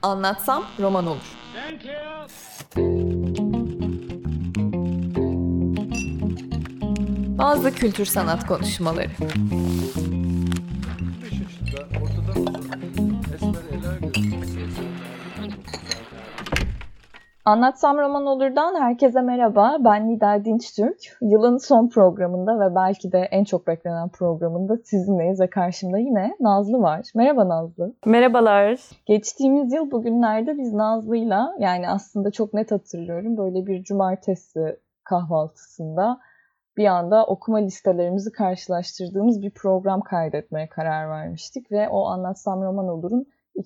Anlatsam roman olur. Bazı kültür sanat konuşmaları. Anlatsam roman olurdan herkese merhaba. Ben Nida Dinçtürk. Yılın son programında ve belki de en çok beklenen programında sizinleyiz ve karşımda yine Nazlı var. Merhaba Nazlı. Merhabalar. Geçtiğimiz yıl bugünlerde biz Nazlı'yla, yani aslında çok net hatırlıyorum, böyle bir cumartesi kahvaltısında bir anda okuma listelerimizi karşılaştırdığımız bir program kaydetmeye karar vermiştik ve o Anlatsam Roman Olur'un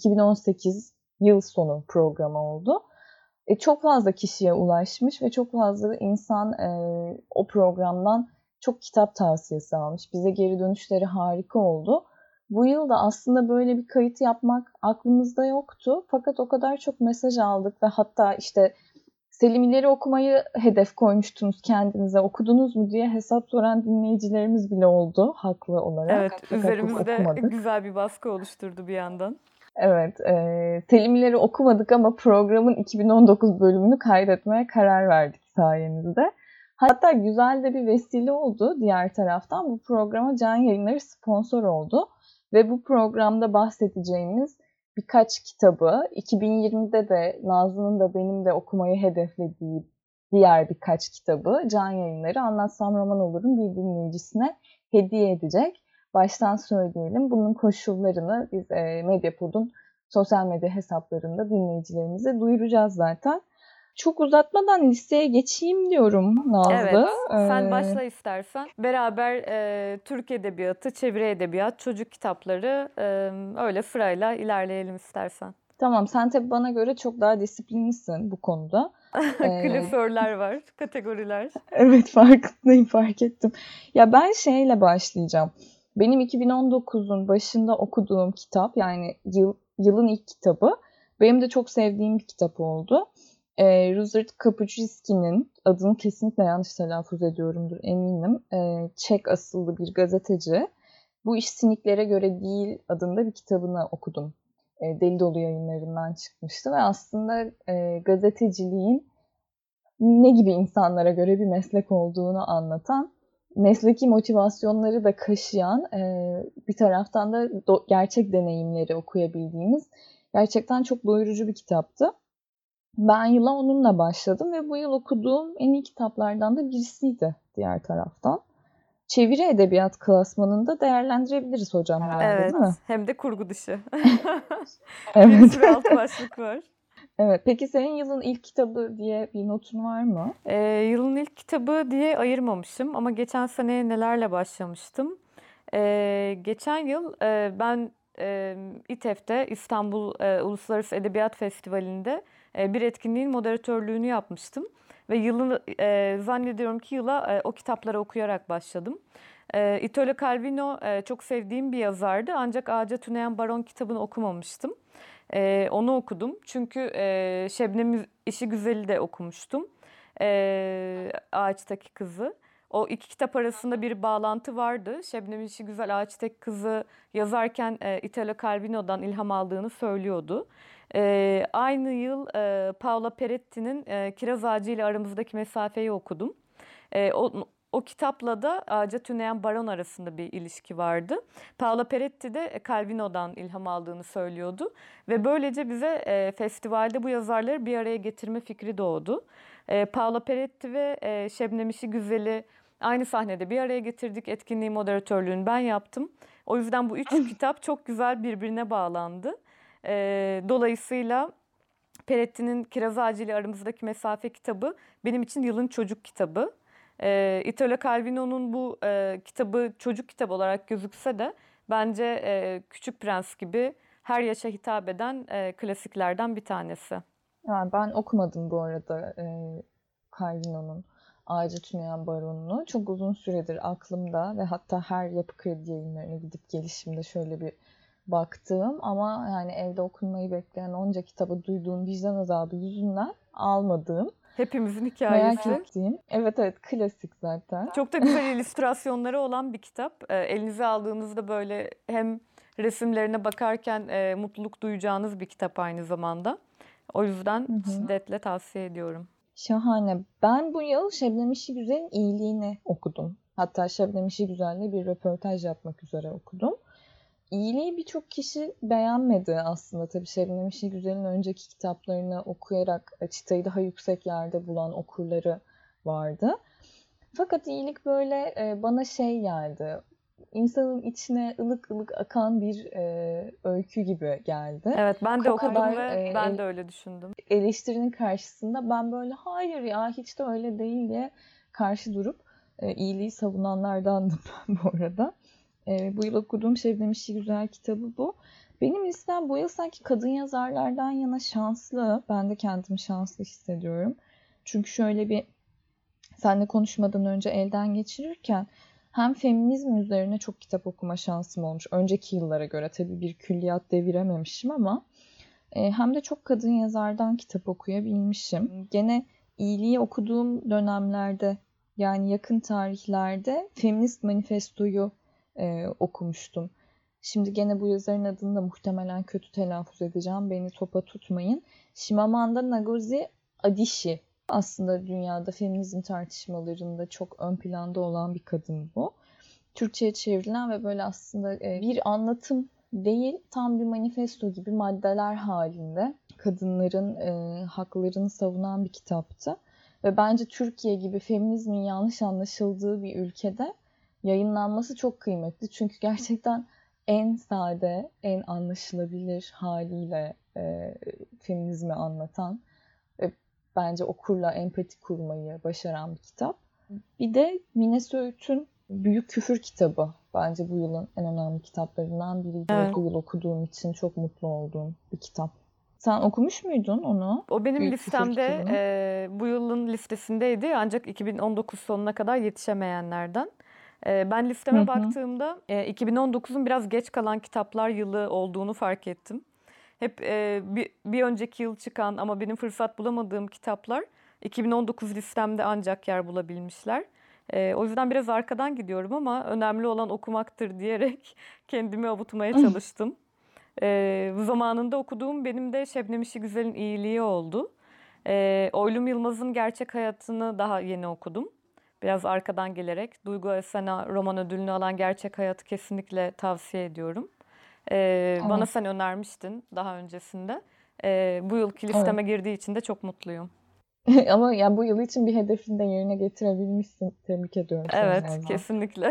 2018 yıl sonu programı oldu. Çok fazla kişiye ulaşmış ve çok fazla insan o programdan çok kitap tavsiyesi almış. Bize geri dönüşleri harika oldu. Bu yıl da aslında böyle bir kayıt yapmak aklımızda yoktu. Fakat o kadar çok mesaj aldık ve hatta işte Selimileri okumayı hedef koymuştunuz kendinize. Okudunuz mu diye hesap soran dinleyicilerimiz bile oldu haklı olarak. Evet, üzerimizde güzel bir baskı oluşturdu bir yandan. Evet, Selimileri okumadık ama programın 2019 bölümünü kaydetmeye karar verdik sayenizde. Hatta güzel de bir vesile oldu diğer taraftan. Bu programa Can Yayınları sponsor oldu. Ve bu programda bahsedeceğimiz birkaç kitabı, 2020'de de Nazlı'nın da benim de okumayı hedeflediği diğer birkaç kitabı Can Yayınları Anlatsam Roman Olur'un bir dinleyicisine hediye edecek. Baştan söyleyelim. Bunun koşullarını biz Medyapod'un sosyal medya hesaplarında dinleyicilerimize duyuracağız zaten. Çok uzatmadan listeye geçeyim diyorum Nazlı. Evet, sen başla istersen. Beraber Türk Edebiyatı, çeviri edebiyat, çocuk kitapları öyle sırayla ilerleyelim istersen. Tamam, sen tabii bana göre çok daha disiplinlisin bu konuda. Klasörler var, kategoriler. Evet, fark ettim. Ya ben şeyle başlayacağım. Benim 2019'un başında okuduğum kitap, yani yılın ilk kitabı, benim de çok sevdiğim bir kitap oldu. Ryszard Kapuscinski'nin, adını kesinlikle yanlış telaffuz ediyorumdur eminim, Çek asıllı bir gazeteci. Bu iş Siniklere Göre Değil adında bir kitabını okudum. Deli Dolu Yayınlarından çıkmıştı ve aslında gazeteciliğin ne gibi insanlara göre bir meslek olduğunu anlatan, mesleki motivasyonları da kaşıyan, bir taraftan da gerçek deneyimleri okuyabildiğimiz gerçekten çok doyurucu bir kitaptı. Ben yıla onunla başladım ve bu yıl okuduğum en iyi kitaplardan da birisiydi diğer taraftan. Çeviri edebiyat klasmanında değerlendirebiliriz hocam herhalde, evet, değil mi? Hem de kurgu dışı. Evet. Bir sürü alt başlık var. Evet. Peki senin yılın ilk kitabı diye bir notun var mı? Yılın ilk kitabı diye ayırmamışım ama geçen sene nelerle başlamıştım. Geçen yıl ben İTEF'te İstanbul Uluslararası Edebiyat Festivali'nde bir etkinliğin moderatörlüğünü yapmıştım. Ve zannediyorum ki yıla o kitapları okuyarak başladım. Italo Calvino çok sevdiğim bir yazardı ancak Ağaca Tüneyen Baron kitabını okumamıştım. Onu okudum çünkü Şebnem İşigüzel'i de okumuştum. Ağaçtaki Kızı. O iki kitap arasında bir bağlantı vardı. Şebnem İşigüzel Ağaçtaki Kızı yazarken Italo Calvino'dan ilham aldığını söylüyordu. Aynı yıl Paola Peretti'nin Kiraz Ağacı ile Aramızdaki Mesafeyi okudum. O kitapla da Ağaca Tüneyen Baron arasında bir ilişki vardı. Paola Peretti de Calvino'dan ilham aldığını söylüyordu. Ve böylece bize festivalde bu yazarları bir araya getirme fikri doğdu. Paola Peretti ve Şebnem İşigüzel'i aynı sahnede bir araya getirdik. Etkinliği moderatörlüğünü ben yaptım. O yüzden bu üç kitap çok güzel birbirine bağlandı. Dolayısıyla Peretti'nin Kiraz Ağacı ile Aramızdaki Mesafe kitabı benim için yılın çocuk kitabı. Italo Calvino'nun bu kitabı çocuk kitabı olarak gözükse de bence Küçük Prens gibi her yaşa hitap eden klasiklerden bir tanesi. Yani ben okumadım bu arada Calvino'nun Ağaca Tüneyen Baron'unu. Çok uzun süredir aklımda ve hatta her Yapı Kredi Yayınları'na gidip gelişimde şöyle bir baktığım ama yani evde okunmayı bekleyen onca kitabı duyduğum vicdan azabı yüzünden almadığım. Hepimizin hikayesi. Merak ettiğim. Evet, klasik zaten. Çok da güzel illüstrasyonları olan bir kitap. Elinize aldığınızda böyle hem resimlerine bakarken mutluluk duyacağınız bir kitap aynı zamanda. O yüzden şiddetle tavsiye ediyorum. Şahane. Ben bu yıl Şebnem İşi Güzel'in İyiliğini okudum. Hatta Şebnem İşi Güzel'le bir röportaj yapmak üzere okudum. İyiliği birçok kişi beğenmedi aslında. Tabii Şebnem İşi Güzel'in önceki kitaplarını okuyarak çıtayı daha yüksek yerde bulan okurları vardı. Fakat iyilik böyle bana şey geldi. İnsanın içine ılık ılık akan bir öykü gibi geldi. Evet, ben de O okudum kadar ve ben de öyle düşündüm. eleştirinin karşısında ben böyle hayır ya hiç de öyle değil diye karşı durup iyiliği savunanlardandım ben bu arada. Bu yıl okuduğum Şebnem İşi Güzel kitabı bu. Benim listem bu yıl sanki kadın yazarlardan yana şanslı. Ben de kendimi şanslı hissediyorum. Çünkü şöyle bir seninle konuşmadan önce elden geçirirken hem feminizm üzerine çok kitap okuma şansım olmuş. Önceki yıllara göre tabii bir külliyat devirememişim ama hem de çok kadın yazardan kitap okuyabilmişim. Gene iyiliği okuduğum dönemlerde yani yakın tarihlerde Feminist Manifesto'yu okumuştum. Şimdi gene bu yazarın adını da muhtemelen kötü telaffuz edeceğim. Beni topa tutmayın. Chimamanda Ngozi Adichie. Aslında dünyada feminizm tartışmalarında çok ön planda olan bir kadın bu. Türkçe'ye çevrilen ve böyle aslında bir anlatım değil, tam bir manifesto gibi maddeler halinde kadınların haklarını savunan bir kitaptı. Ve bence Türkiye gibi feminizmin yanlış anlaşıldığı bir ülkede yayınlanması çok kıymetli. Çünkü gerçekten en sade, en anlaşılabilir haliyle feminizmi anlatan ve bence okurla empati kurmayı başaran bir kitap. Bir de Mine Söğüt'ün Büyük Küfür kitabı bence bu yılın en önemli kitaplarından biriydi. Evet. Bu yıl okuduğum için çok mutlu olduğum bir kitap. Sen okumuş muydun onu? O benim Büyük Küfür listemde kitabını. bu yılın listesindeydi ancak 2019 sonuna kadar yetişemeyenlerden. Ben listeme baktığımda 2019'un biraz geç kalan kitaplar yılı olduğunu fark ettim. Hep bir önceki yıl çıkan ama benim fırsat bulamadığım kitaplar 2019 listemde ancak yer bulabilmişler. O yüzden biraz arkadan gidiyorum ama önemli olan okumaktır diyerek kendimi avutmaya çalıştım. Zamanında okuduğum benim de Şebnem İşi Güzel'in İyiliği oldu. Oylum Yılmaz'ın Gerçek Hayatını daha yeni okudum. Biraz arkadan gelerek. Duygu Asena roman ödülünü alan Gerçek Hayatı kesinlikle tavsiye ediyorum. Bana Evet. sen önermiştin daha öncesinde. Bu yılki Evet. listeme girdiği için de çok mutluyum. Ama yani bu yıl için bir hedefini de yerine getirebilmişsin. Tebrik ediyorum seni Evet, valla. kesinlikle.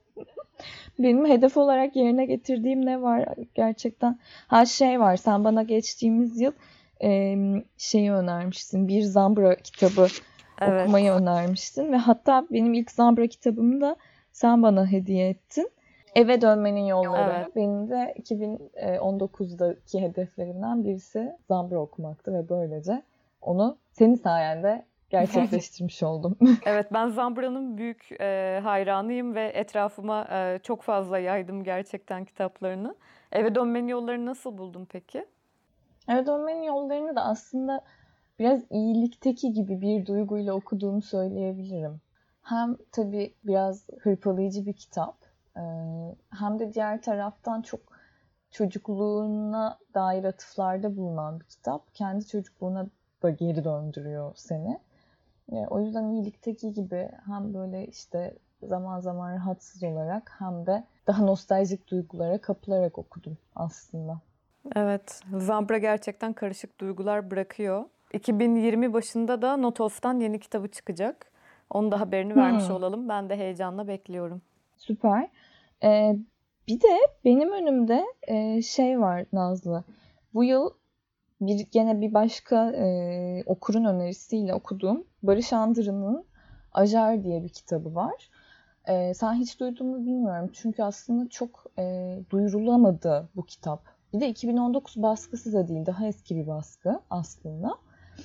Benim hedef olarak yerine getirdiğim ne var gerçekten? Şey var, sen bana geçtiğimiz yıl şeyi önermiştin. Bir Zambra kitabı Evet. okumayı önermiştin. Ve hatta benim ilk Zambra kitabımı da sen bana hediye ettin. Eve Dönmenin Yolları. Evet. Benim de 2019'daki hedeflerimden birisi Zambra okumaktı ve böylece onu senin sayende gerçekleştirmiş oldum. Evet, ben Zambra'nın büyük hayranıyım ve etrafıma çok fazla yaydım gerçekten kitaplarını. Eve Dönmenin Yollarını nasıl buldun peki? Eve Dönmenin Yollarını da aslında biraz iyilikteki gibi bir duyguyla okuduğumu söyleyebilirim. Hem tabii biraz hırpalayıcı bir kitap, hem de diğer taraftan çok çocukluğuna dair atıflarda bulunan bir kitap. Kendi çocukluğuna da geri döndürüyor seni. O yüzden iyilikteki gibi hem böyle işte zaman zaman rahatsız olarak hem de daha nostaljik duygulara kapılarak okudum aslında. Evet, Zambra gerçekten karışık duygular bırakıyor. 2020 başında da Notos'tan yeni kitabı çıkacak. Onun da haberini vermiş olalım. Ben de heyecanla bekliyorum. Süper. Bir de benim önümde şey var Nazlı. Bu yıl gene bir başka okurun önerisiyle okuduğum Barış Andır'ın Ajar diye bir kitabı var. Sen hiç duydun mu bilmiyorum. Çünkü aslında çok duyurulamadı bu kitap. Bir de 2019 baskısı da değil. Daha eski bir baskı aslında.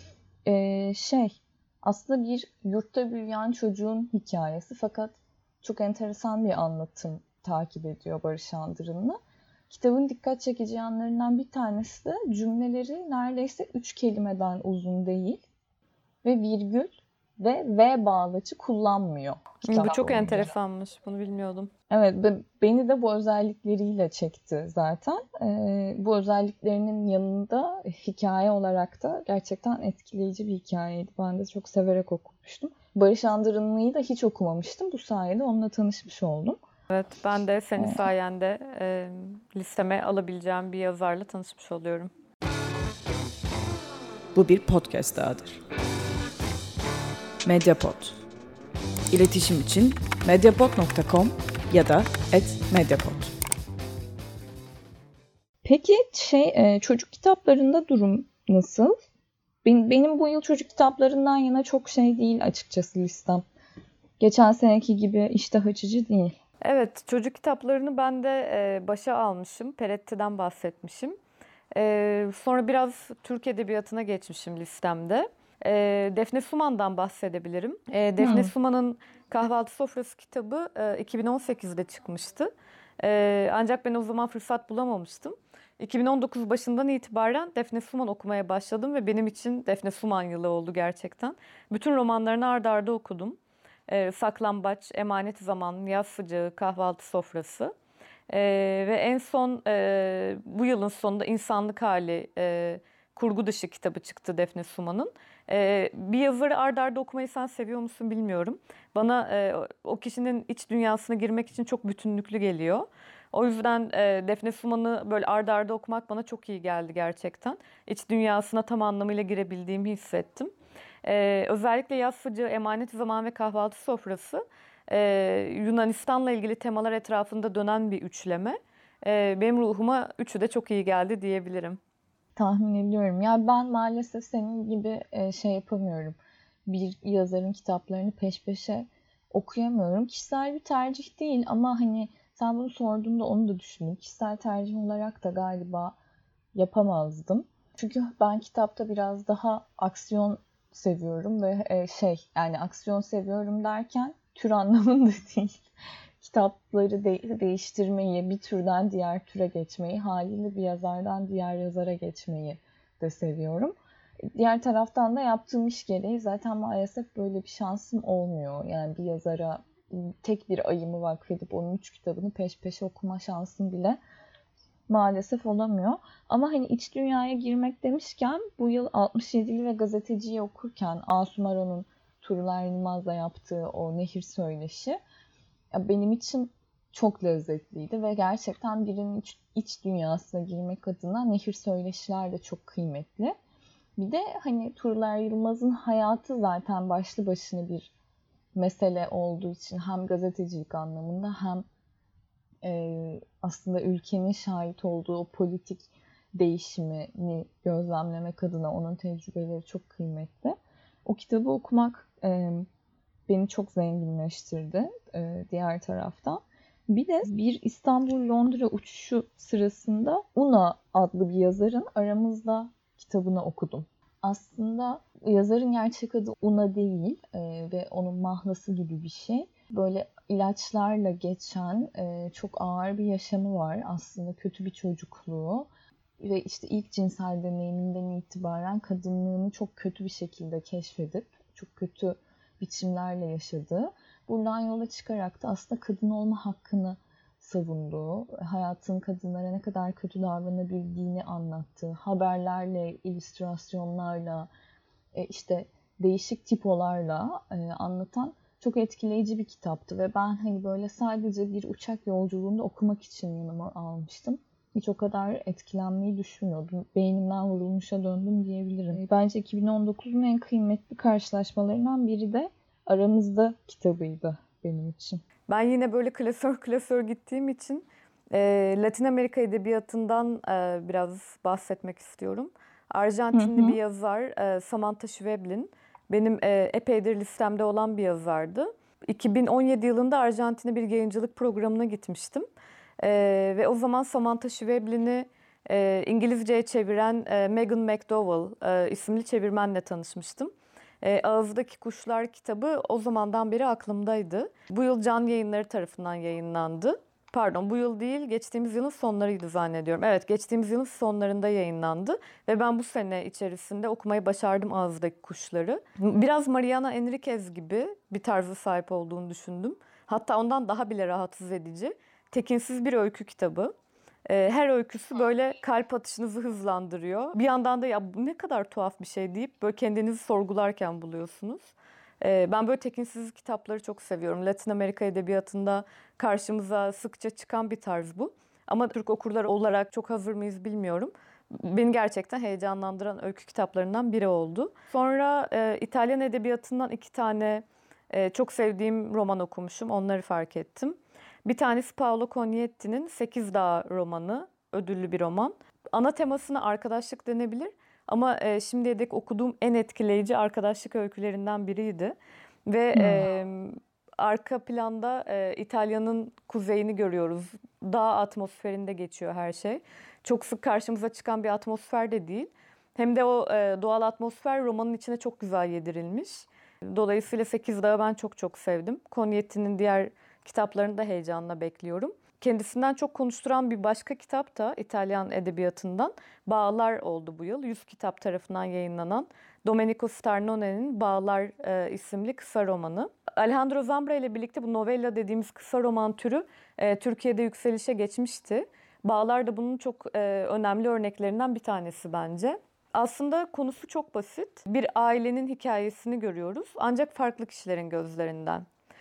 Aslında bir yurtta büyüyen çocuğun hikayesi. Fakat çok enteresan bir anlatım takip ediyor Barış Andırın'la. Kitabın dikkat çekici yanlarından bir tanesi de cümleleri neredeyse 3 kelimeden uzun değil ve virgül ve V bağlaçı kullanmıyor kitap Bu çok boyunca. enteresanmış. Bunu bilmiyordum. Evet, beni de bu özellikleriyle çekti zaten. Bu özelliklerinin yanında hikaye olarak da gerçekten etkileyici bir hikayeydi. Ben de çok severek okumuştum. Barış Andırınlı'yı da hiç okumamıştım. Bu sayede onunla tanışmış oldum. Evet, ben de senin sayende listeme alabileceğim bir yazarla tanışmış oluyorum. Bu bir podcast dahadır. Mediapod. İletişim için mediapod.com ya da @mediapod. Peki çocuk kitaplarında durum nasıl? Benim bu yıl çocuk kitaplarından yana çok değil açıkçası listem. Geçen seneki gibi iştah açıcı değil. Evet, çocuk kitaplarını ben de başa almışım. Peretti'den bahsetmişim. Sonra biraz Türk Edebiyatı'na geçmişim listemde. Defne Suman'dan bahsedebilirim. Defne Suman'ın Kahvaltı Sofrası kitabı 2018'de çıkmıştı. Ancak ben o zaman fırsat bulamamıştım. 2019 başından itibaren Defne Suman okumaya başladım ve benim için Defne Suman yılı oldu gerçekten. Bütün romanlarını art arda okudum. Saklambaç, Emanet Zaman, Yaz Sıcağı, Kahvaltı Sofrası. Ve en son bu yılın sonunda İnsanlık Hali kurgu dışı kitabı çıktı Defne Suman'ın. Bir yazarı art arda okumayı sen seviyor musun bilmiyorum. Bana o kişinin iç dünyasına girmek için çok bütünlüklü geliyor. O yüzden Defne Suman'ı böyle art arda okumak bana çok iyi geldi gerçekten. İç dünyasına tam anlamıyla girebildiğimi hissettim. Özellikle Yaz Sıcağı, Emanet Zaman ve Kahvaltı Sofrası Yunanistan'la ilgili temalar etrafında dönen bir üçleme. Benim ruhuma üçü de çok iyi geldi diyebilirim. Tahmin ediyorum. Ya ben maalesef senin gibi yapamıyorum. Bir yazarın kitaplarını peş peşe okuyamıyorum. Kişisel bir tercih değil ama hani sen bunu sorduğunda onu da düşündüm. Kişisel tercih olarak da galiba yapamazdım. Çünkü ben kitapta biraz daha aksiyon seviyorum ve yani aksiyon seviyorum derken tür anlamında değil. Kitapları değiştirmeyi, bir türden diğer türe geçmeyi, haliyle bir yazardan diğer yazara geçmeyi de seviyorum. Diğer taraftan da yaptığım iş gereği zaten maalesef böyle bir şansım olmuyor. Yani bir yazara tek bir ayımı vakfedip onun 3 kitabını peş peşe okuma şansım bile maalesef olamıyor. Ama hani iç dünyaya girmek demişken bu yıl 67'li ve Gazeteciyi okurken Asuman Aron'un Tuğrul Yılmaz'la yaptığı o Nehir Söyleşi benim için çok lezzetliydi ve gerçekten birinin iç dünyasına girmek adına Nehir Söyleşiler de çok kıymetli. Bir de hani Tuğrul Yılmaz'ın hayatı zaten başlı başına bir mesele olduğu için hem gazetecilik anlamında hem aslında ülkenin şahit olduğu o politik değişimini gözlemlemek adına onun tecrübeleri çok kıymetli. O kitabı okumak beni çok zenginleştirdi diğer taraftan. Bir de bir İstanbul-Londra uçuşu sırasında Una adlı bir yazarın Aramızda kitabını okudum. Aslında yazarın gerçek adı Una değil ve onun mahlası gibi bir şey. Böyle ilaçlarla geçen çok ağır bir yaşamı var. Aslında kötü bir çocukluğu ve işte ilk cinsel deneyiminden itibaren kadınlığını çok kötü bir şekilde keşfedip çok kötü biçimlerle yaşadığı. Buradan yola çıkarak da aslında kadın olma hakkını savunduğu, hayatın kadınlara ne kadar kötü davranabildiğini anlattığı, haberlerle, illüstrasyonlarla, işte değişik tipolarla anlatan çok etkileyici bir kitaptı ve ben hani böyle sadece bir uçak yolculuğunda okumak için yanıma almıştım. Hiç o kadar etkilenmeyi düşünmüyordum. Beynimden vurulmuşa döndüm diyebilirim. Bence 2019'un en kıymetli karşılaşmalarından biri de Aramızda kitabıydı benim için. Ben yine böyle klasör gittiğim için Latin Amerika edebiyatından biraz bahsetmek istiyorum. Arjantinli bir yazar Samantha Schweblin. Benim epeydir listemde olan bir yazardı. 2017 yılında Arjantin'e bir yayıncılık programına gitmiştim. Ve o zaman Samantha Schweblin'i İngilizceye çeviren Megan McDowell isimli çevirmenle tanışmıştım. Ağızdaki Kuşlar kitabı o zamandan beri aklımdaydı. Bu yıl Can Yayınları tarafından yayınlandı. Pardon, bu yıl değil, geçtiğimiz yılın sonlarıydı zannediyorum. Evet, geçtiğimiz yılın sonlarında yayınlandı ve ben bu sene içerisinde okumayı başardım Ağızdaki Kuşları. Biraz Mariana Enriquez gibi bir tarza sahip olduğunu düşündüm. Hatta ondan daha bile rahatsız edici. Tekinsiz bir öykü kitabı. Her öyküsü böyle kalp atışınızı hızlandırıyor. Bir yandan da ya bu ne kadar tuhaf bir şey deyip böyle kendinizi sorgularken buluyorsunuz. Ben böyle tekinsiz kitapları çok seviyorum. Latin Amerika edebiyatında karşımıza sıkça çıkan bir tarz bu. Ama Türk okurları olarak çok hazır mıyız bilmiyorum. Beni gerçekten heyecanlandıran öykü kitaplarından biri oldu. Sonra İtalyan edebiyatından 2 tane çok sevdiğim roman okumuşum. Onları fark ettim. Bir tanesi Paolo Cognietti'nin 8 Dağ romanı. Ödüllü bir roman. Ana temasına arkadaşlık denebilir. Ama şimdiye dek okuduğum en etkileyici arkadaşlık öykülerinden biriydi. Ve arka planda İtalya'nın kuzeyini görüyoruz. Dağ atmosferinde geçiyor her şey. Çok sık karşımıza çıkan bir atmosfer de değil. Hem de o doğal atmosfer romanın içine çok güzel yedirilmiş. Dolayısıyla 8 Dağ'ı ben çok çok sevdim. Cognietti'nin diğer kitaplarını da heyecanla bekliyorum. Kendisinden çok konuşturan bir başka kitap da İtalyan edebiyatından Bağlar oldu bu yıl. 100 Kitap tarafından yayınlanan Domenico Starnone'nin Bağlar isimli kısa romanı. Alejandro Zambra ile birlikte bu novella dediğimiz kısa roman türü Türkiye'de yükselişe geçmişti. Bağlar da bunun çok önemli örneklerinden bir tanesi bence. Aslında konusu çok basit. Bir ailenin hikayesini görüyoruz ancak farklı kişilerin gözlerinden.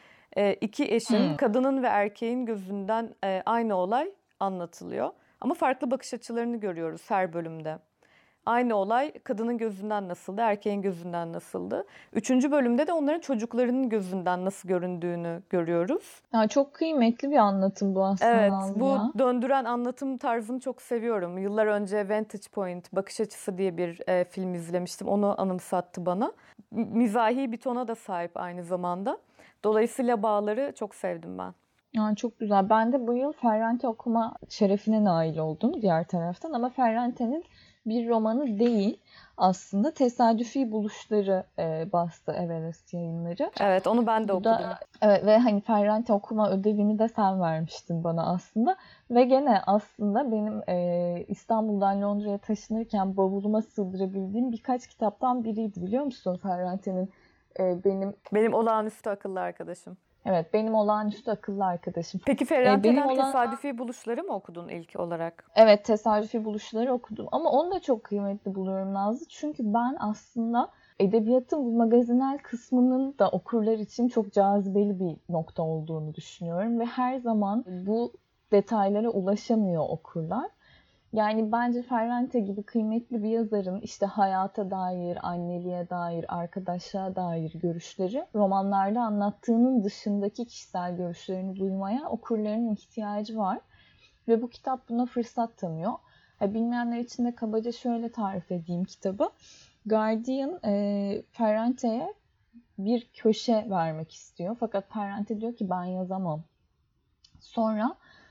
2 eşin, kadının ve erkeğin gözünden aynı olay anlatılıyor. Ama farklı bakış açılarını görüyoruz her bölümde. Aynı olay kadının gözünden nasıldı, erkeğin gözünden nasıldı. 3. bölümde de onların çocuklarının gözünden nasıl göründüğünü görüyoruz. Ya çok kıymetli bir anlatım bu aslında. Evet, Nazlı bu ya. döndüren anlatım tarzını çok seviyorum. Yıllar önce Vantage Point, Bakış Açısı diye bir film izlemiştim. Onu anımsattı bana. Mizahi bir tona da sahip aynı zamanda. Dolayısıyla Bağlar'ı çok sevdim ben. Yani çok güzel. Ben de bu yıl Ferrante okuma şerefine nail oldum diğer taraftan. Ama Ferrante'nin bir romanı değil aslında. Tesadüfi Buluşları bastı Everest Yayınları. Evet, onu ben de Bu da, okudum. evet, ve hani Ferrante okuma ödevini de sen vermiştin bana aslında. Ve gene aslında benim İstanbul'dan Londra'ya taşınırken bavuluma sığdırabildiğim birkaç kitaptan biriydi, biliyor musun Ferrante'nin? Benim olağanüstü akıllı arkadaşım. Evet, benim olağanüstü akıllı arkadaşım. Peki Ferrante'den Benim Tesadüfi Buluşları mı okudun ilk olarak? Evet, Tesadüfi Buluşları okudum. Ama onu da çok kıymetli buluyorum Nazlı. Çünkü ben aslında edebiyatın bu magazinel kısmının da okurlar için çok cazibeli bir nokta olduğunu düşünüyorum. Ve her zaman bu detaylara ulaşamıyor okurlar. Yani bence Ferrante gibi kıymetli bir yazarın işte hayata dair, anneliğe dair, arkadaşlığa dair görüşleri romanlarda anlattığının dışındaki kişisel görüşlerini duymaya okurların ihtiyacı var. Ve bu kitap buna fırsat tanıyor. Bilmeyenler için de kabaca şöyle tarif edeyim kitabı. Guardian Ferrante'ye bir köşe vermek istiyor. Fakat Ferrante diyor ki ben yazamam. Sonra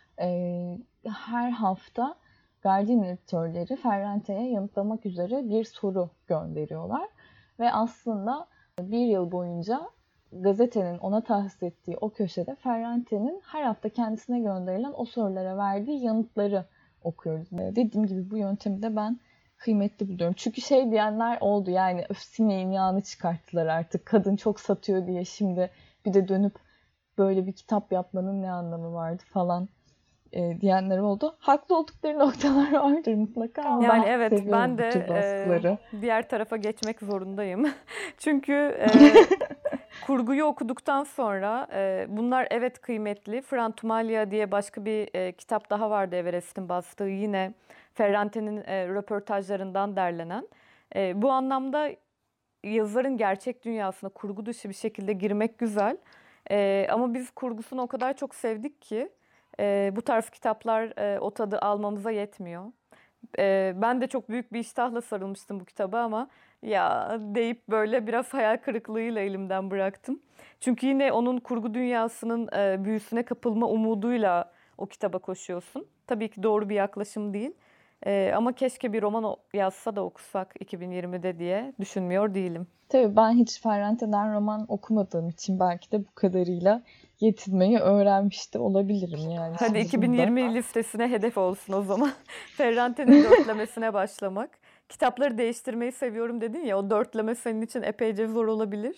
her hafta Guardian editörleri Ferrante'ye yanıtlamak üzere bir soru gönderiyorlar. Ve aslında bir yıl boyunca gazetenin ona tahsis ettiği o köşede Ferrante'nin her hafta kendisine gönderilen o sorulara verdiği yanıtları okuyoruz. Dediğim gibi bu yöntemi de ben kıymetli buluyorum. Çünkü şey diyenler oldu, yani sineğin yağını çıkarttılar artık. Kadın çok satıyor diye şimdi bir de dönüp böyle bir kitap yapmanın ne anlamı vardı falan diyenler oldu. Haklı oldukları noktalar vardır mutlaka ama Yani ben evet, seviyorum ben bu tür de baskıları. diğer tarafa geçmek zorundayım. Çünkü kurguyu okuduktan sonra bunlar evet kıymetli. Frantumalia diye başka bir kitap daha vardı Everest'in bastığı, yine Ferrante'nin röportajlarından derlenen. Bu anlamda yazarın gerçek dünyasına kurgu dışı bir şekilde girmek güzel. Ama biz kurgusunu o kadar çok sevdik ki bu tarz kitaplar o tadı almamıza yetmiyor. Ben de çok büyük bir iştahla sarılmıştım bu kitaba ama ya deyip böyle biraz hayal kırıklığıyla elimden bıraktım. Çünkü yine onun kurgu dünyasının büyüsüne kapılma umuduyla o kitaba koşuyorsun. Tabii ki doğru bir yaklaşım değil. Ama keşke bir roman yazsa da okusak 2020'de diye düşünmüyor değilim. Tabii ben hiç Ferrante'den roman okumadığım için belki de bu kadarıyla yetinmeyi öğrenmiş de olabilirim yani. Hadi Şimdi burada. 2020 listesine hedef olsun o zaman. Ferrante'nin dörtlemesine başlamak. Kitapları değiştirmeyi seviyorum dedin ya, o dörtleme senin için epeyce zor olabilir.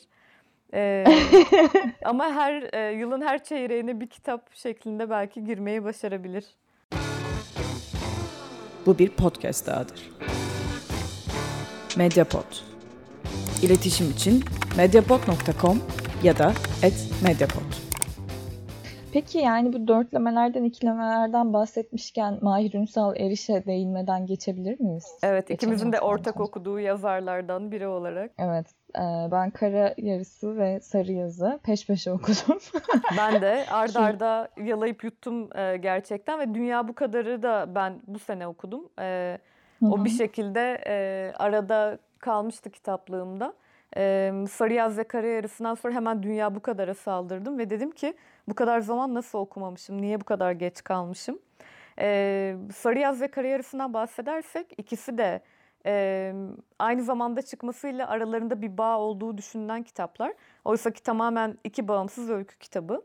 Ama yılın her çeyreğine bir kitap şeklinde belki girmeyi başarabilir. Bu bir podcast dahadır. Mediapod. İletişim için mediapod.com ya da @mediapod. Peki yani bu dörtlemelerden, ikilemelerden bahsetmişken Mahir Ünsal Eriş'e değinmeden geçebilir miyiz? Evet, Geçen ikimizin de haftadan ortak sonra. okuduğu yazarlardan biri olarak. Evet, ben Kara Yarısı ve Sarı Yazı peş peşe okudum. Ben de arda arda yalayıp yuttum gerçekten ve Dünya Bu Kadar'ı da ben bu sene okudum. O bir şekilde arada kalmıştı kitaplığımda. Sarı Yaz ve Kara Yarısı'ndan sonra hemen Dünya Bu Kadar'a saldırdım ve dedim ki bu kadar zaman nasıl okumamışım, niye bu kadar geç kalmışım? Sarı Yaz ve Kara Yarısı'ndan bahsedersek ikisi de aynı zamanda çıkmasıyla aralarında bir bağ olduğu düşünülen kitaplar. Oysa ki tamamen iki bağımsız öykü kitabı.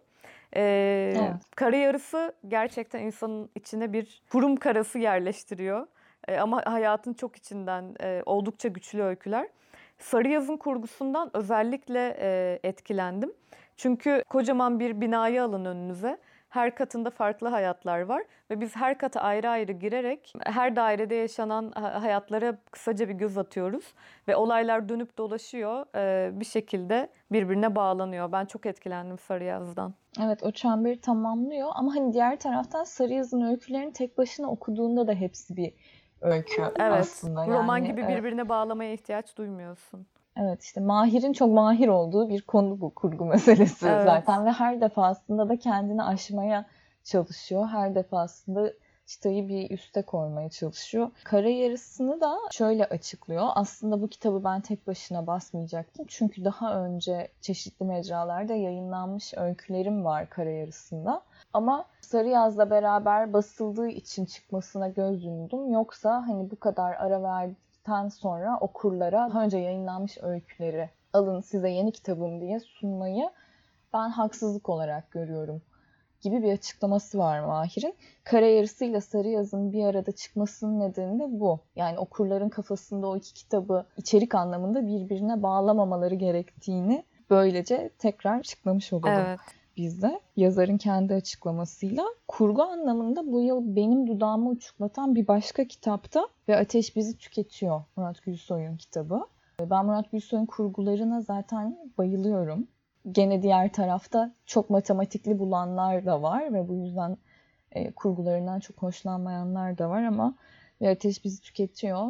Evet. Kara Yarısı gerçekten insanın içine bir kurum karası yerleştiriyor. Ama hayatın çok içinden oldukça güçlü öyküler. Sarı Yaz'ın kurgusundan özellikle etkilendim. Çünkü kocaman bir binayı alın önünüze. Her katında farklı hayatlar var ve biz her kata ayrı ayrı girerek her dairede yaşanan hayatlara kısaca bir göz atıyoruz. Ve olaylar dönüp dolaşıyor, bir şekilde birbirine bağlanıyor. Ben çok etkilendim Sarı Yaz'dan. Evet, o çemberi tamamlıyor ama hani diğer taraftan Sarı Yaz'ın öykülerini tek başına okuduğunda da hepsi bir öykü Evet, aslında. roman Yani, gibi birbirine bağlamaya ihtiyaç duymuyorsun. evet işte Mahir'in çok mahir olduğu bir konu bu kurgu meselesi Evet. zaten ve her defasında da kendini aşmaya çalışıyor. Her defasında çıtayı bir üste koymaya çalışıyor. Kara Yarısı'nı da şöyle açıklıyor. Aslında bu kitabı ben tek başına basmayacaktım. Çünkü daha önce çeşitli mecralarda yayınlanmış öykülerim var Kara Yarısı'nda. Ama Sarı Yaz'la beraber basıldığı için çıkmasına göz yumdum. Yoksa hani bu kadar ara verdikten sonra okurlara daha önce yayınlanmış öyküleri alın size yeni kitabım diye sunmayı ben haksızlık olarak görüyorum gibi bir açıklaması var Mahir'in. Kara Yarısı ile Sarı Yaz'ın bir arada çıkmasının nedeni de bu. Yani okurların kafasında o iki kitabı içerik anlamında birbirine bağlamamaları gerektiğini böylece tekrar açıklamış olalım. Evet. Biz de yazarın kendi açıklamasıyla. Kurgu anlamında bu yıl benim dudağımı uçuklatan bir başka kitapta Ve Ateş Bizi Tüketiyor, Murat Gülsoy'un kitabı. Ben Murat Gülsoy'un kurgularına zaten bayılıyorum. Gene diğer tarafta çok matematikli bulanlar da var ve bu yüzden kurgularından çok hoşlanmayanlar da var ama Ve Ateş Bizi Tüketiyor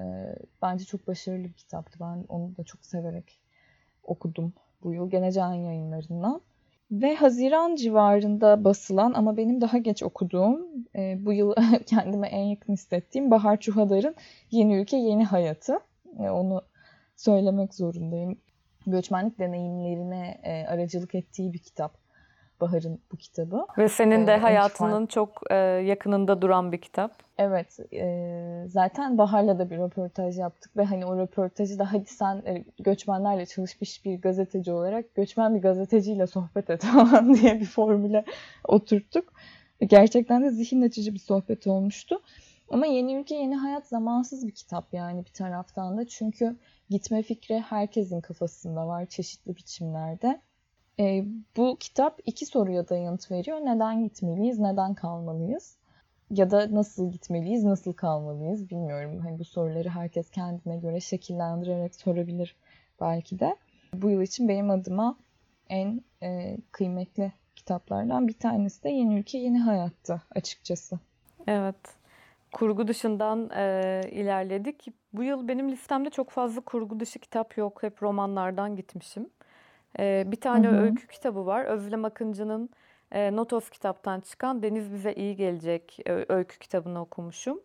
bence çok başarılı bir kitaptı. Ben onu da çok severek okudum bu yıl. Gene Can Yayınları'ndan. Ve Haziran civarında basılan ama benim daha geç okuduğum, bu yıl kendime en yakın hissettiğim Bahar Çuhadar'ın Yeni Ülke Yeni Hayatı. Onu söylemek zorundayım. Göçmenlik deneyimlerine aracılık ettiği bir kitap Bahar'ın bu kitabı. Ve senin de hayatının çok yakınında duran bir kitap. Evet, zaten Bahar'la da bir röportaj yaptık ve hani o röportajı da hadi sen göçmenlerle çalışmış bir gazeteci olarak göçmen bir gazeteciyle sohbet et falan diye bir formüle oturttuk. Gerçekten de zihin açıcı bir sohbet olmuştu. Ama Yeni Ülke Yeni Hayat zamansız bir kitap yani bir taraftan da. Çünkü gitme fikri herkesin kafasında var çeşitli biçimlerde. Bu kitap iki soruya da yanıt veriyor. Neden gitmeliyiz, neden kalmalıyız? Ya da nasıl gitmeliyiz, nasıl kalmalıyız bilmiyorum. Hani bu soruları herkes kendine göre şekillendirerek sorabilir belki de. Bu yıl için benim adıma en kıymetli kitaplardan bir tanesi de Yeni Ülke Yeni Hayat'tı açıkçası. Evet. Kurgu dışından ilerledik. Bu yıl benim listemde çok fazla kurgu dışı kitap yok. Hep romanlardan gitmişim. Bir tane öykü kitabı var. Özlem Akıncı'nın Notos kitaptan çıkan Deniz Bize İyi Gelecek öykü kitabını okumuşum.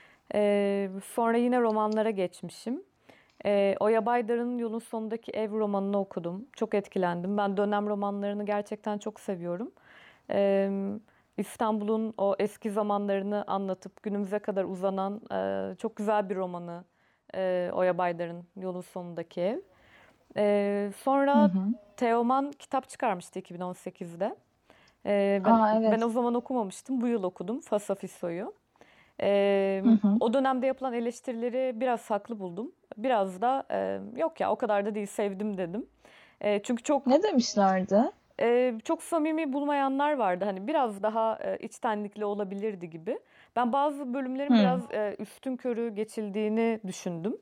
Sonra yine romanlara geçmişim. Oya Baydar'ın Yolun Sonundaki Ev romanını okudum. Çok etkilendim. Ben dönem romanlarını gerçekten çok seviyorum. İstanbul'un o eski zamanlarını anlatıp günümüze kadar uzanan çok güzel bir romanı Oya Baydar'ın Yolun Sonundaki Ev. Hı Sonra hı. Teoman kitap çıkarmıştı 2018'de. Aa, Ben evet. o zaman okumamıştım. Bu yıl okudum Fasafiso'yu. Hı hı. O dönemde yapılan eleştirileri biraz haklı buldum. Biraz da yok ya o kadar da değil sevdim dedim. Çünkü Ne demişlerdi? çok samimi bulmayanlar vardı. Hani biraz daha içtenlikli olabilirdi gibi. Ben bazı bölümlerin Hı. biraz üstünkörü geçildiğini düşündüm.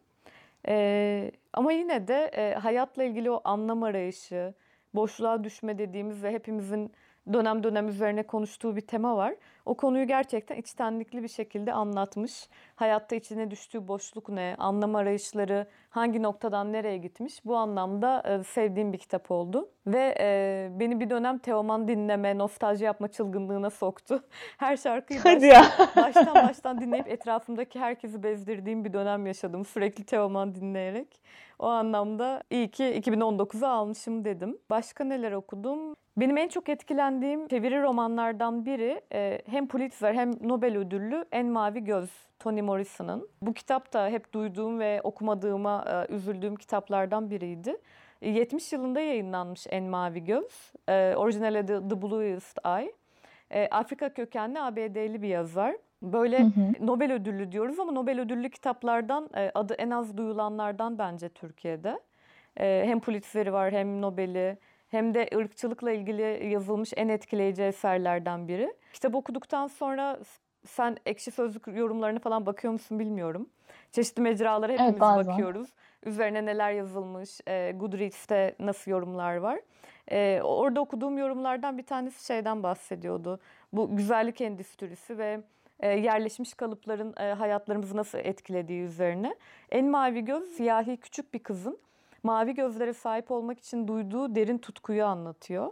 Ama yine de hayatla ilgili o anlam arayışı, boşluğa düşme dediğimiz ve hepimizin dönem dönem üzerine konuştuğu bir tema var. O konuyu gerçekten içtenlikli bir şekilde anlatmış. Hayatta içine düştüğü boşluk ne, anlam arayışları hangi noktadan nereye gitmiş. Bu anlamda sevdiğim bir kitap oldu. Ve beni bir dönem Teoman dinleme, nostalji yapma çılgınlığına soktu. Her şarkıyı Hadi ya. baştan dinleyip etrafımdaki herkesi bezdirdiğim bir dönem yaşadım. Sürekli Teoman dinleyerek. O anlamda iyi ki 2019'u almışım dedim. Başka neler okudum? Benim en çok etkilendiğim çeviri romanlardan biri hem Pulitzer hem Nobel ödüllü En Mavi Göz, Toni Morrison'ın. Bu kitap da hep duyduğum ve okumadığıma üzüldüğüm kitaplardan biriydi. 70 yılında yayınlanmış En Mavi Göz. Orijinali adı The Bluest Eye. Afrika kökenli ABD'li bir yazar. Hı Böyle hı. Nobel ödüllü diyoruz ama Nobel ödüllü kitaplardan adı en az duyulanlardan bence Türkiye'de. Hem Pulitzer'i var hem Nobel'i hem de ırkçılıkla ilgili yazılmış en etkileyici eserlerden biri. Kitap okuduktan sonra sen Ekşi Sözlük yorumlarını falan bakıyor musun bilmiyorum. Çeşitli mecralara Evet, hepimiz bazen. bakıyoruz. Üzerine neler yazılmış, Goodreads'te nasıl yorumlar var. Orada okuduğum yorumlardan bir tanesi şeyden bahsediyordu. Bu güzellik endüstrisi ve yerleşmiş kalıpların hayatlarımızı nasıl etkilediği üzerine. En Mavi Göz, siyahi küçük bir kızın mavi gözlere sahip olmak için duyduğu derin tutkuyu anlatıyor.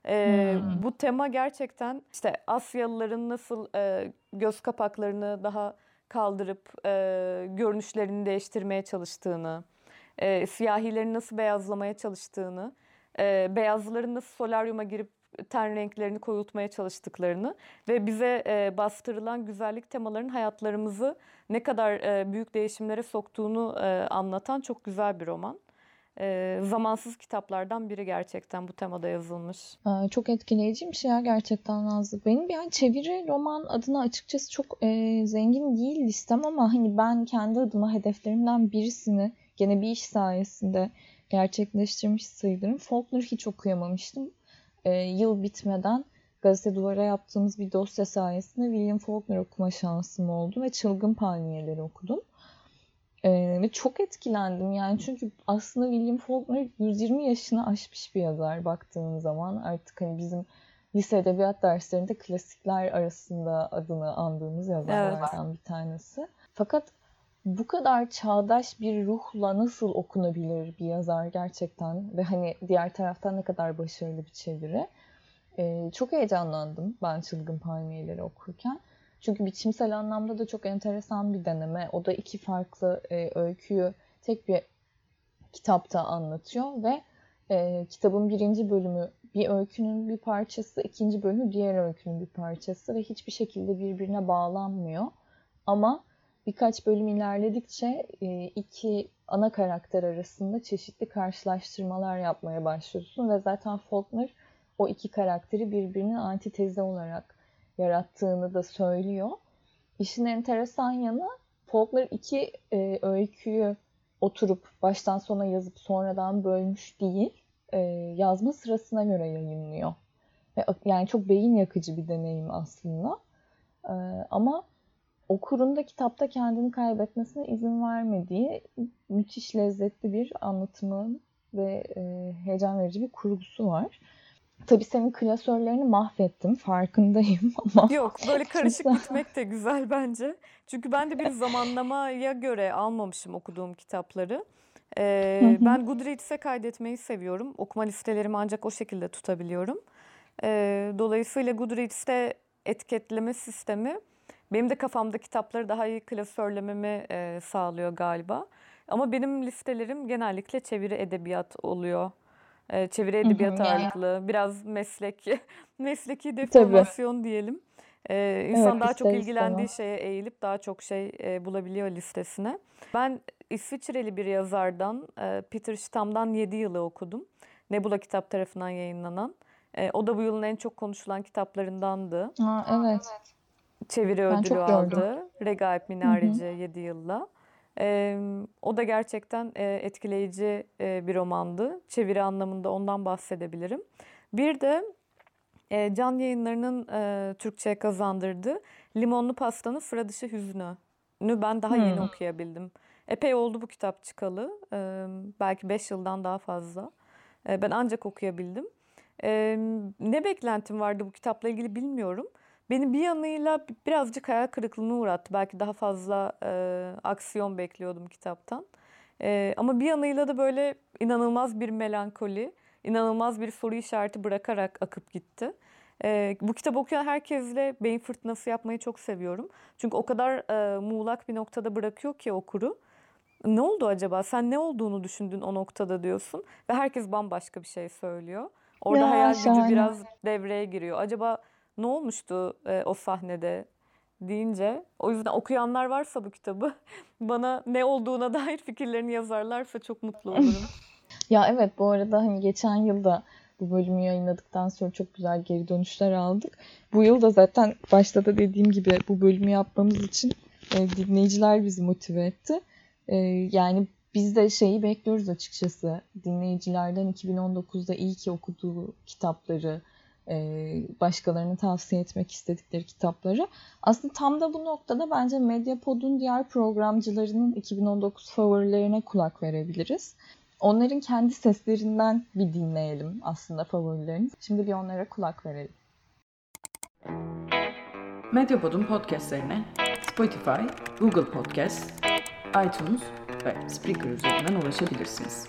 Hmm. Bu tema gerçekten işte Asyalıların nasıl göz kapaklarını daha kaldırıp görünüşlerini değiştirmeye çalıştığını, siyahilerin nasıl beyazlamaya çalıştığını, beyazlıların nasıl solaryuma girip ten renklerini koyultmaya çalıştıklarını ve bize bastırılan güzellik temaların hayatlarımızı ne kadar büyük değişimlere soktuğunu anlatan çok güzel bir roman. Zamansız kitaplardan biri gerçekten bu temada yazılmış. Çok etkileyiciymiş ya gerçekten Nazlı. Benim yani çeviri roman adına açıkçası çok zengin değil listem ama hani ben kendi adıma hedeflerimden birisini gene bir iş sayesinde gerçekleştirmiş sayılırım. Faulkner hiç okuyamamıştım. Yıl bitmeden gazete duvara yaptığımız bir dosya sayesinde William Faulkner okuma şansım oldu ve Çılgın Palmiyeleri okudum. Ve çok etkilendim yani çünkü aslında William Faulkner 120 yaşını aşmış bir yazar baktığın zaman artık hani bizim lise edebiyat derslerinde klasikler arasında adını andığımız yazarlardan bir tanesi. Fakat bu kadar çağdaş bir ruhla nasıl okunabilir bir yazar gerçekten ve hani diğer taraftan ne kadar başarılı bir çeviri. Çok heyecanlandım ben Çılgın Palmiyeleri okurken. Çünkü biçimsel anlamda da çok enteresan bir deneme. O da iki farklı öyküyü tek bir kitapta anlatıyor ve kitabın birinci bölümü bir öykünün bir parçası, ikinci bölümü diğer öykünün bir parçası ve hiçbir şekilde birbirine bağlanmıyor. Ama birkaç bölüm ilerledikçe iki ana karakter arasında çeşitli karşılaştırmalar yapmaya başlıyorsun ve zaten Faulkner o iki karakteri birbirinin antitezi olarak yarattığını da söylüyor. İşin enteresan yanı Faulkner iki öyküyü oturup baştan sona yazıp sonradan bölmüş değil, yazma sırasına göre yayınlıyor. Ve yani çok beyin yakıcı bir deneyim aslında. Ama okurun da kitapta kendini kaybetmesine izin vermediği müthiş lezzetli bir anlatımı ve heyecan verici bir kurgusu var. Tabii senin klasörlerini mahvettim, farkındayım ama Yok, böyle karışık kimse... gitmek de güzel bence. Çünkü ben de bir zamanlamaya göre almamışım okuduğum kitapları. Ben Goodreads'e kaydetmeyi seviyorum. Okuma listelerimi ancak o şekilde tutabiliyorum. Dolayısıyla Goodreads'te etiketleme sistemi benim de kafamda kitapları daha iyi klasörlememi sağlıyor galiba. Ama benim listelerim genellikle çeviri edebiyat oluyor. Çeviri Hı hı, edebiyatı yani ağırlıklı, biraz mesleki deformasyon diyelim. İnsan evet, daha çok ister ilgilendiği istemez. şeye eğilip daha çok şey bulabiliyor listesine. Ben İsviçreli bir yazardan, Peter Stam'dan 7 Yılı okudum. Nebula Kitap tarafından yayınlanan. O da bu yılın en çok konuşulan kitaplarındandı. Ha, evet. Çeviri Ben ödülü çok gördüm. aldı. Regaip Hı hı. Minareci 7 yılla. O da gerçekten etkileyici bir romandı. Çeviri anlamında ondan bahsedebilirim. Bir de Can Yayınları'nın Türkçe'ye kazandırdığı Limonlu Pastanın Sıra Dışı Hüznü'nü ben daha yeni okuyabildim. Epey oldu bu kitap çıkalı. Belki 5 yıldan daha fazla. Ben ancak okuyabildim. Ne beklentim vardı bu kitapla ilgili bilmiyorum. Beni bir yanıyla birazcık hayal kırıklığına uğrattı. Belki daha fazla aksiyon bekliyordum kitaptan. Ama bir yanıyla da böyle inanılmaz bir melankoli, inanılmaz bir soru işareti bırakarak akıp gitti. Bu kitabı okuyan herkesle beyin fırtınası yapmayı çok seviyorum. Çünkü o kadar muğlak bir noktada bırakıyor ki okuru. Ne oldu acaba? Sen ne olduğunu düşündün o noktada diyorsun. Ve herkes bambaşka bir şey söylüyor. Orada Ya hayal gücü şahane. biraz devreye giriyor. Acaba ne olmuştu o sahnede deyince. O yüzden okuyanlar varsa bu kitabı bana ne olduğuna dair fikirlerini yazarlarsa çok mutlu olurum. Ya evet, bu arada hani geçen yılda bu bölümü yayınladıktan sonra çok güzel geri dönüşler aldık. Bu yıl da zaten başta da dediğim gibi bu bölümü yapmamız için dinleyiciler bizi motive etti. Yani biz de şeyi bekliyoruz açıkçası. Dinleyicilerden 2019'da iyi ki okuduğu kitapları, başkalarına tavsiye etmek istedikleri kitapları. Aslında tam da bu noktada bence Medyapod'un diğer programcılarının 2019 favorilerine kulak verebiliriz. Onların kendi seslerinden bir dinleyelim aslında favorilerini. Şimdi bir onlara kulak verelim. Medyapod'un podcastlerine Spotify, Google Podcast, iTunes ve Spreaker üzerinden ulaşabilirsiniz.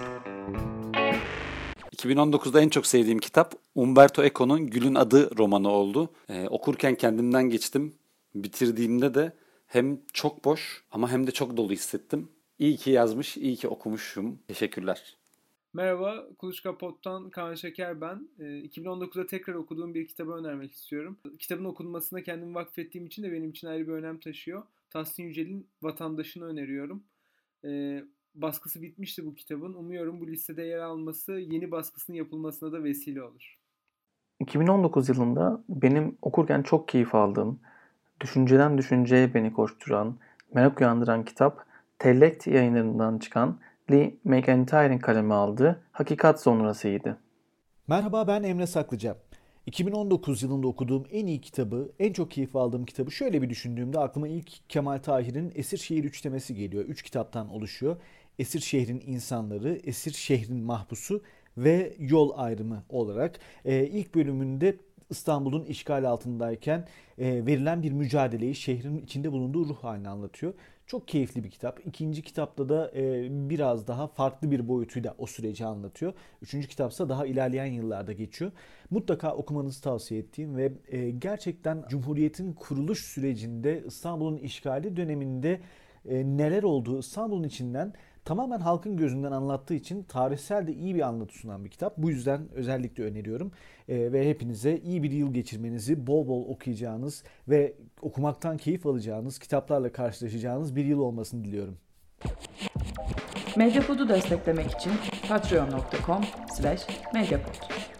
2019'da en çok sevdiğim kitap Umberto Eco'nun Gül'ün Adı romanı oldu. Okurken kendimden geçtim. Bitirdiğimde de hem çok boş ama hem de çok dolu hissettim. İyi ki yazmış, iyi ki okumuşum. Teşekkürler. Merhaba, Kuluçka Pod'dan Kaan Şeker ben. 2019'da tekrar okuduğum bir kitabı önermek istiyorum. Kitabın okunmasına kendimi vakfettiğim için de benim için ayrı bir önem taşıyor. Tahsin Yücel'in Vatandaşı'nı öneriyorum. Baskısı bitmişti bu kitabın. Umuyorum bu listede yer alması yeni baskısının yapılmasına da vesile olur. 2019 yılında benim okurken çok keyif aldığım, düşünceden düşünceye beni koşturan, merak uyandıran kitap Tellect Yayınlarından çıkan Lee McEntire'in kaleme aldığı Hakikat Sonrası'ydı. Merhaba, ben Emre Saklıca. 2019 yılında okuduğum en iyi kitabı, en çok keyif aldığım kitabı şöyle bir düşündüğümde aklıma ilk Kemal Tahir'in Esir Şehir üçlemesi geliyor. 3 kitaptan oluşuyor. Esir Şehrin insanları, Esir Şehrin mahpusu ve yol ayrımı olarak. İlk bölümünde İstanbul'un işgal altındayken verilen bir mücadeleyi şehrin içinde bulunduğu ruh halini anlatıyor. Çok keyifli bir kitap. İkinci kitapta da biraz daha farklı bir boyutuyla o süreci anlatıyor. Üçüncü kitapsa daha ilerleyen yıllarda geçiyor. Mutlaka okumanızı tavsiye ettiğim ve gerçekten Cumhuriyet'in kuruluş sürecinde İstanbul'un işgali döneminde neler olduğu İstanbul'un içinden tamamen halkın gözünden anlattığı için tarihsel de iyi bir anlatı sunan bir kitap. Bu yüzden özellikle öneriyorum. Ve hepinize iyi bir yıl geçirmenizi, bol bol okuyacağınız ve okumaktan keyif alacağınız, kitaplarla karşılaşacağınız bir yıl olmasını diliyorum. Medyapod'u desteklemek için patreon.com/medyapod.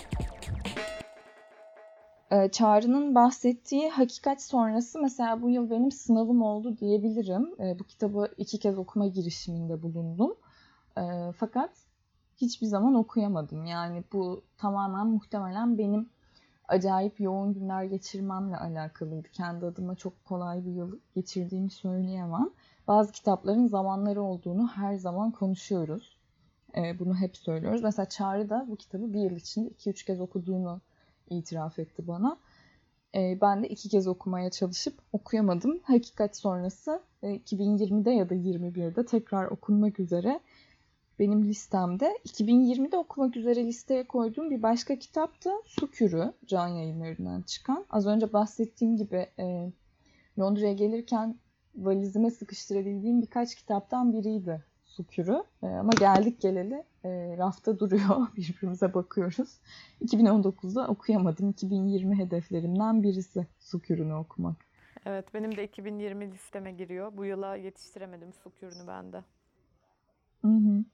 Çağrı'nın bahsettiği Hakikat Sonrası mesela bu yıl benim sınavım oldu diyebilirim. Bu kitabı 2 kez okuma girişiminde bulundum. Fakat hiçbir zaman okuyamadım. Yani bu tamamen muhtemelen benim acayip yoğun günler geçirmemle alakalıydı. Kendi adıma çok kolay bir yıl geçirdiğimi söyleyemem. Bazı kitapların zamanları olduğunu her zaman konuşuyoruz. Bunu hep söylüyoruz. Mesela Çağrı da bu kitabı bir yıl içinde 2-3 kez okuduğunu itiraf etti bana. Ben de 2 kez okumaya çalışıp okuyamadım. Hakikat Sonrası 2020'de ya da 2021'de tekrar okunmak üzere benim listemde. 2020'de okumak üzere listeye koyduğum bir başka kitap da Su Kürü, Can Yayınları'ndan çıkan. Az önce bahsettiğim gibi Londra'ya gelirken valizime sıkıştırabildiğim birkaç kitaptan biriydi Su Kürü. Ama geldik geleli rafta duruyor. Birbirimize bakıyoruz. 2019'da okuyamadım. 2020 hedeflerimden birisi Su Kürü'nü okumak. Evet, benim de 2020 listeme giriyor. Bu yıla yetiştiremedim Su Kürü'nü ben de. Hı hı.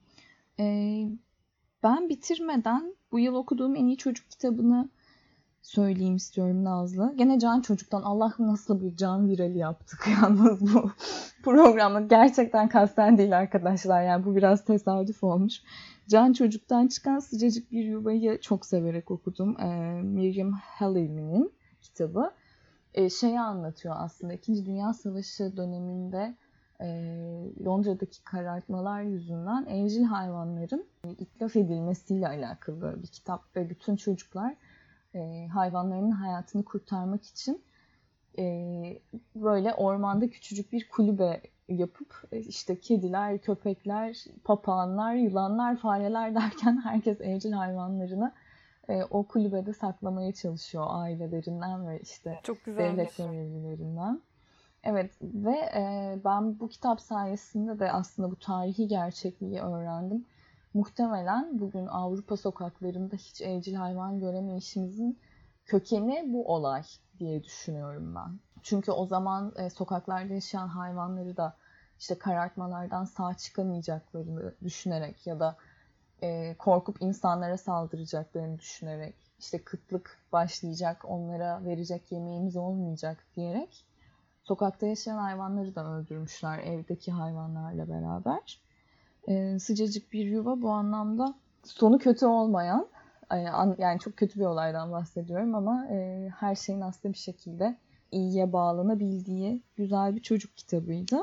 Ben bitirmeden bu yıl okuduğum en iyi çocuk kitabını söyleyeyim istiyorum Nazlı. Gene Can Çocuk'tan. Allah'ım nasıl bir can virali yaptık yalnız bu programda. Gerçekten kasten değil arkadaşlar. Yani bu biraz tesadüf olmuş. Can Çocuk'tan çıkan Sıcacık Bir Yuva'yı çok severek okudum. Miriam Haleyman'in kitabı. Şeyi anlatıyor aslında. İkinci Dünya Savaşı döneminde Londra'daki karartmalar yüzünden evcil hayvanların itlaf edilmesiyle alakalı bir kitap ve bütün çocuklar hayvanlarının hayatını kurtarmak için böyle ormanda küçücük bir kulübe yapıp işte kediler, köpekler, papağanlar, yılanlar, fareler derken herkes evcil hayvanlarını o kulübede saklamaya çalışıyor ailelerinden ve işte Çok güzelmiş. devlet görevlilerinden. Evet ve ben bu kitap sayesinde de aslında bu tarihi gerçekliği öğrendim. Muhtemelen bugün Avrupa sokaklarında hiç evcil hayvan göremeyişimizin kökeni bu olay diye düşünüyorum ben. Çünkü o zaman sokaklarda yaşayan hayvanları da işte karartmalardan sağ çıkamayacaklarını düşünerek ya da korkup insanlara saldıracaklarını düşünerek işte kıtlık başlayacak, onlara verecek yemeğimiz olmayacak diyerek sokakta yaşayan hayvanları da öldürmüşler evdeki hayvanlarla beraber. Sıcacık Bir Yuva bu anlamda sonu kötü olmayan, yani çok kötü bir olaydan bahsediyorum ama her şeyin aslında bir şekilde iyiye bağlanabildiği güzel bir çocuk kitabıydı.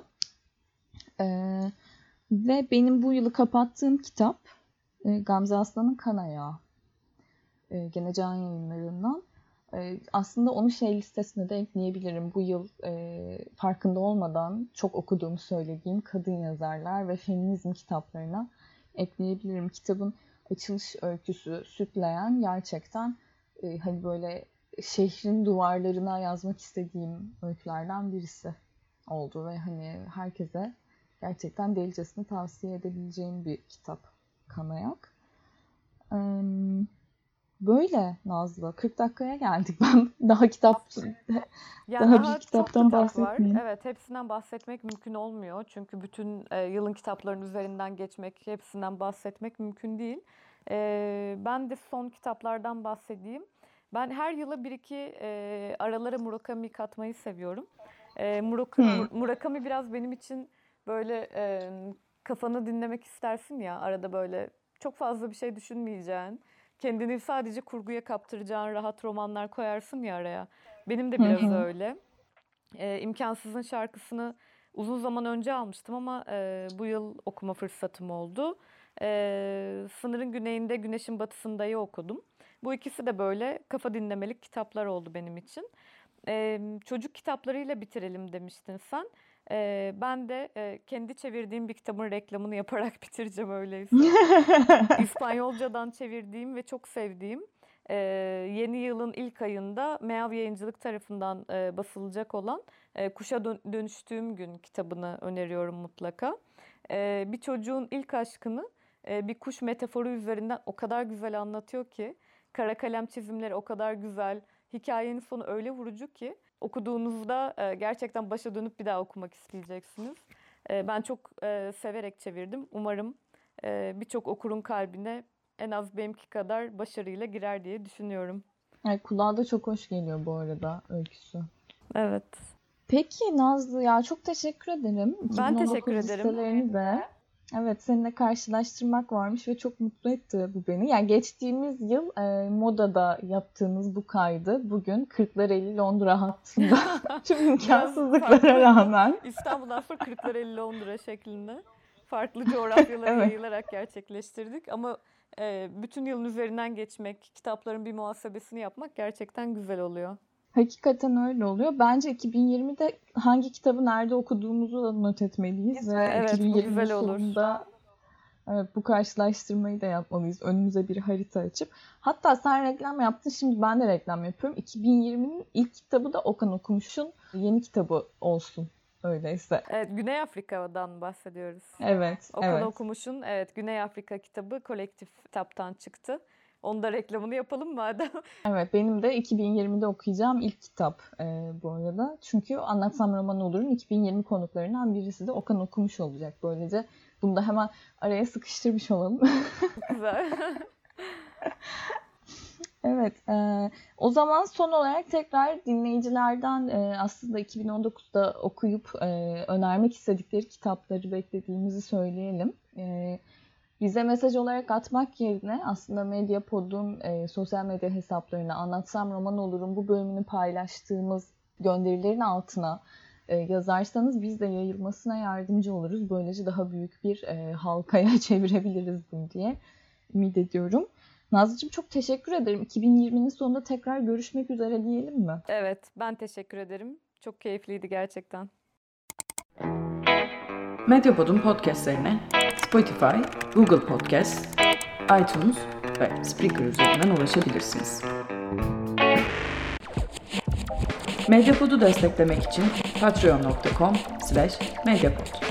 Ve benim bu yılı kapattığım kitap Gamze Aslan'ın Kan Ayağı. Gene Can Yayınları'ndan. Aslında onu listesine de ekleyebilirim. Bu yıl farkında olmadan çok okuduğumu söylediğim kadın yazarlar ve feminizm kitaplarına ekleyebilirim. Kitabın açılış öyküsü sütleyen gerçekten hani böyle şehrin duvarlarına yazmak istediğim öykülerden birisi oldu ve hani herkese gerçekten delicesine tavsiye edebileceğim bir kitap Kan Ayak. Böyle Nazlı. 40 dakikaya geldik. Ben daha kitap Yani daha bir çok kitaptan kitap var. bahsetmeyeyim. Evet, hepsinden bahsetmek mümkün olmuyor. Çünkü bütün yılın kitaplarının üzerinden geçmek, hepsinden bahsetmek mümkün değil. Ben de son kitaplardan bahsedeyim. Ben her yıla bir iki aralara Murakami katmayı seviyorum. Murakami biraz benim için böyle kafanı dinlemek istersin ya. Arada böyle çok fazla bir şey düşünmeyeceğin, kendini sadece kurguya kaptıracağın rahat romanlar koyarsın ya araya. Benim de biraz öyle. İmkansız'ın şarkısını uzun zaman önce almıştım ama bu yıl okuma fırsatım oldu. Sınırın güneyinde, güneşin batısındayı okudum. Bu ikisi de böyle kafa dinlemelik kitaplar oldu benim için. Çocuk kitaplarıyla bitirelim demiştin sen. Ben de kendi çevirdiğim bir kitabın reklamını yaparak bitireceğim öyleyse. İspanyolcadan çevirdiğim ve çok sevdiğim yeni yılın ilk ayında Meav Yayıncılık tarafından basılacak olan Kuşa Dönüştüğüm Gün kitabını öneriyorum mutlaka. Bir çocuğun ilk aşkını bir kuş metaforu üzerinden o kadar güzel anlatıyor ki, kara kalem çizimleri o kadar güzel, hikayenin sonu öyle vurucu ki okuduğunuzda gerçekten başa dönüp bir daha okumak isteyeceksiniz. Ben çok severek çevirdim. Umarım birçok okurun kalbine en az benimki kadar başarıyla girer diye düşünüyorum. Kulağa da çok hoş geliyor bu arada öyküsü. Evet. Peki Nazlı ya çok teşekkür ederim. Ben teşekkür ederim. Listelerini de evet seninle karşılaştırmak varmış ve çok mutlu etti bu beni. Yani geçtiğimiz yıl modada yaptığımız bu kaydı bugün 40'lar Londra hattında tüm imkansızlıklara rağmen İstanbul'dan 40'lar Londra şeklinde farklı coğrafyalara Evet. yayılarak gerçekleştirdik. Ama bütün yılın üzerinden geçmek, kitapların bir muhasebesini yapmak gerçekten güzel oluyor. Hakikaten öyle oluyor. Bence 2020'de hangi kitabı nerede okuduğumuzu da not etmeliyiz ve Evet, bu 2020 güzel olur. sonunda evet, bu karşılaştırmayı da yapmalıyız. Önümüze bir harita açıp. Hatta sen reklam yaptın, şimdi ben de reklam yapıyorum. 2020'nin ilk kitabı da Okan Okumuş'un yeni kitabı olsun öyleyse. Evet, Güney Afrika'dan bahsediyoruz. Evet, Okan evet. Okumuş'un Güney Afrika kitabı kolektif kitaptan çıktı. Onun da reklamını yapalım madem. Evet, benim de 2020'de okuyacağım ilk kitap bu arada. Çünkü Anlatsam Roman Olur'un 2020 konuklarından birisi de Okan Okumuş olacak. Böylece bunu da hemen araya sıkıştırmış olalım. Güzel. Evet, o zaman son olarak tekrar dinleyicilerden aslında 2019'da okuyup önermek istedikleri kitapları beklediğimizi söyleyelim. Bize mesaj olarak atmak yerine aslında Medyapod'un sosyal medya hesaplarına Anlatsam Roman Olur'un bu bölümünü paylaştığımız gönderilerin altına yazarsanız biz de yayılmasına yardımcı oluruz. Böylece daha büyük bir halkaya çevirebiliriz bunu diye ümit ediyorum. Nazlıcığım çok teşekkür ederim. 2020'nin sonunda tekrar görüşmek üzere diyelim mi? Evet, ben teşekkür ederim. Çok keyifliydi gerçekten. Medyapod'un podcastlerine Spotify, Google Podcast, iTunes ve Spreaker üzerinden ulaşabilirsiniz. Medyapod'u desteklemek için patreon.com/medyapod